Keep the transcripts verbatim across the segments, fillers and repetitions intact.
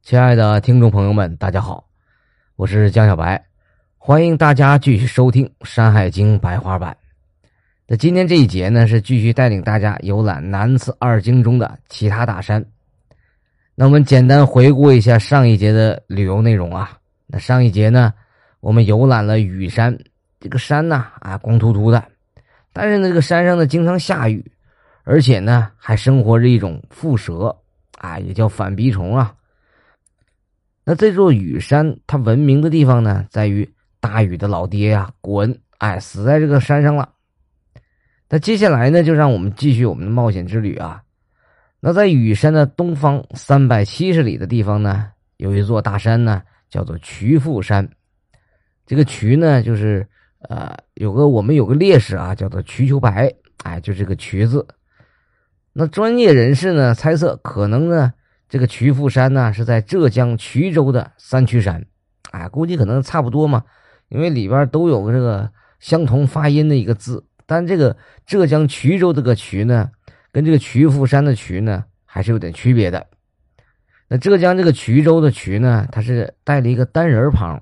亲爱的听众朋友们，大家好，我是江小白，欢迎大家继续收听《山海经》白话版。那今天这一节呢，是继续带领大家游览南次二经中的其他大山。那我们简单回顾一下上一节的旅游内容啊。那上一节呢，我们游览了羽山，这个山呢啊光秃秃的，但是呢这个山上呢经常下雨，而且呢还生活着一种蝮蛇啊，也叫反鼻虫啊。那这座羽山它闻名的地方呢，在于大禹的老爹呀、啊、鲧哎死在这个山上了。那接下来呢，就让我们继续我们的冒险之旅啊。那在羽山的东方三百七十里的地方呢，有一座大山呢，叫做渠父山。这个渠呢，就是呃有个我们有个烈士啊，叫做瞿秋白，哎，就这个渠字。那专业人士呢猜测，可能呢这个渠父山呢是在浙江衢州的三衢山，哎，估计可能差不多嘛，因为里边都有个这个相同发音的一个字，但这个浙江衢州这个衢呢，跟这个渠父山的渠呢还是有点区别的。那浙江这个衢州的衢呢，它是带了一个单人旁。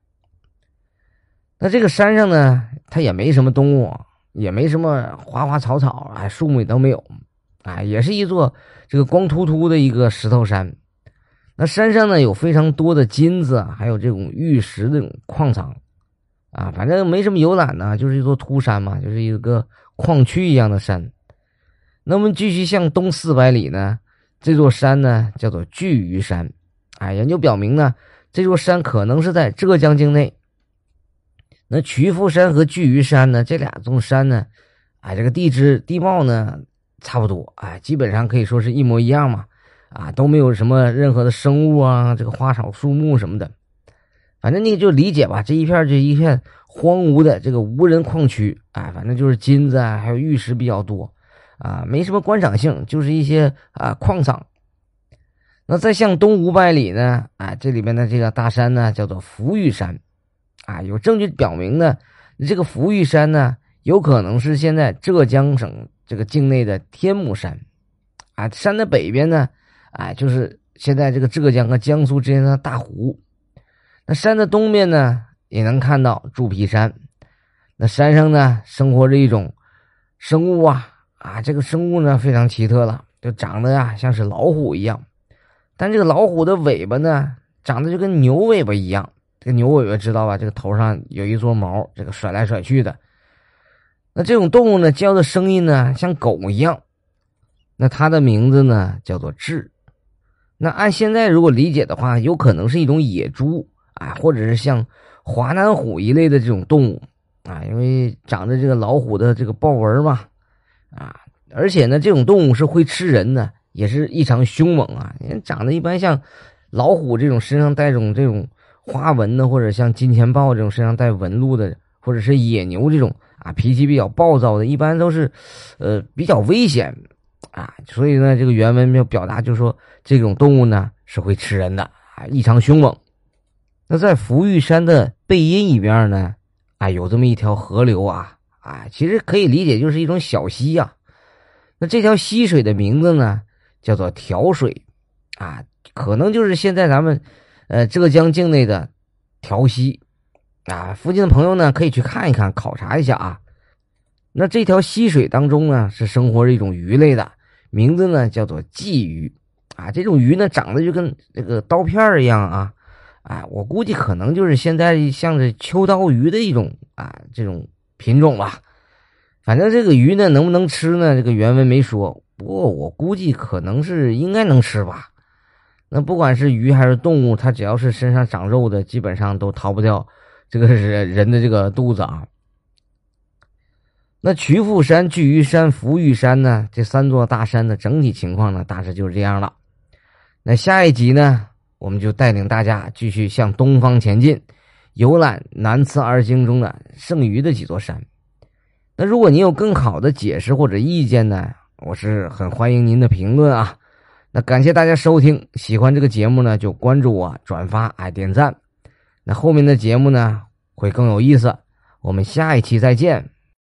那这个山上呢，它也没什么动物，也没什么花花草草，哎，树木也都没有，哎，也是一座这个光秃秃的一个石头山。那山上呢有非常多的金子，还有这种玉石的这种矿藏啊，反正没什么游览呢，就是一座秃山嘛，就是一个矿区一样的山。那我们继续向东四百里呢，这座山呢叫做巨鱼山。哎，研究表明呢，这座山可能是在浙江境内。那渠父山和巨鱼山呢，这俩座山呢，哎，这个地质地貌呢差不多，哎，基本上可以说是一模一样嘛，啊，都没有什么任何的生物啊，这个花草树木什么的，反正你就理解吧，这一片就一片荒芜的这个无人矿区，哎，反正就是金子啊，还有玉石比较多，啊，没什么观赏性，就是一些啊矿场。那再向东五百里呢，啊，这里面的这个大山呢叫做福玉山，啊，有证据表明呢，这个福玉山呢有可能是现在浙江省这个境内的天目山，啊，山的北边呢，哎，就是现在这个浙江和江苏之间的大湖。那山的东面呢，也能看到猪皮山。那山上呢，生活着一种生物啊，啊，这个生物呢非常奇特了，就长得啊像是老虎一样，但这个老虎的尾巴呢，长得就跟牛尾巴一样。这个牛尾巴知道吧？这个头上有一撮毛，这个甩来甩去的。那这种动物呢，叫的声音呢像狗一样。那它的名字呢叫做雉。那按现在如果理解的话，有可能是一种野猪啊，或者是像华南虎一类的这种动物啊，因为长着这个老虎的这个豹纹嘛啊，而且呢，这种动物是会吃人的，也是异常凶猛啊。因为长得一般像老虎这种身上带种这种花纹的，或者像金钱豹这种身上带纹路的，或者是野牛这种啊脾气比较暴躁的，一般都是呃比较危险啊。所以呢，这个原文要表达就是说，这种动物呢是会吃人的啊，异常凶猛。那在福玉山的背阴一边呢，啊有这么一条河流啊，啊其实可以理解就是一种小溪啊。那这条溪水的名字呢叫做调水啊，可能就是现在咱们呃浙江境内的调溪啊，附近的朋友呢可以去看一看，考察一下啊。那这条溪水当中呢是生活着一种鱼类的，名字呢叫做鲫鱼啊。这种鱼呢长得就跟这个刀片一样啊，啊，我估计可能就是现在像是秋刀鱼的一种啊这种品种吧。反正这个鱼呢能不能吃呢，这个原文没说，不过我估计可能是应该能吃吧。那不管是鱼还是动物，它只要是身上长肉的，基本上都逃不掉这个是人的这个肚子啊。那渠父山、巨鱼山、福玉山呢，这三座大山的整体情况呢，大致就是这样了。那下一集呢，我们就带领大家继续向东方前进，游览南次二经中的剩余的几座山。那如果您有更好的解释或者意见呢，我是很欢迎您的评论啊。那感谢大家收听，喜欢这个节目呢，就关注我、转发、爱点赞。那后面的节目呢，会更有意思。我们下一期再见。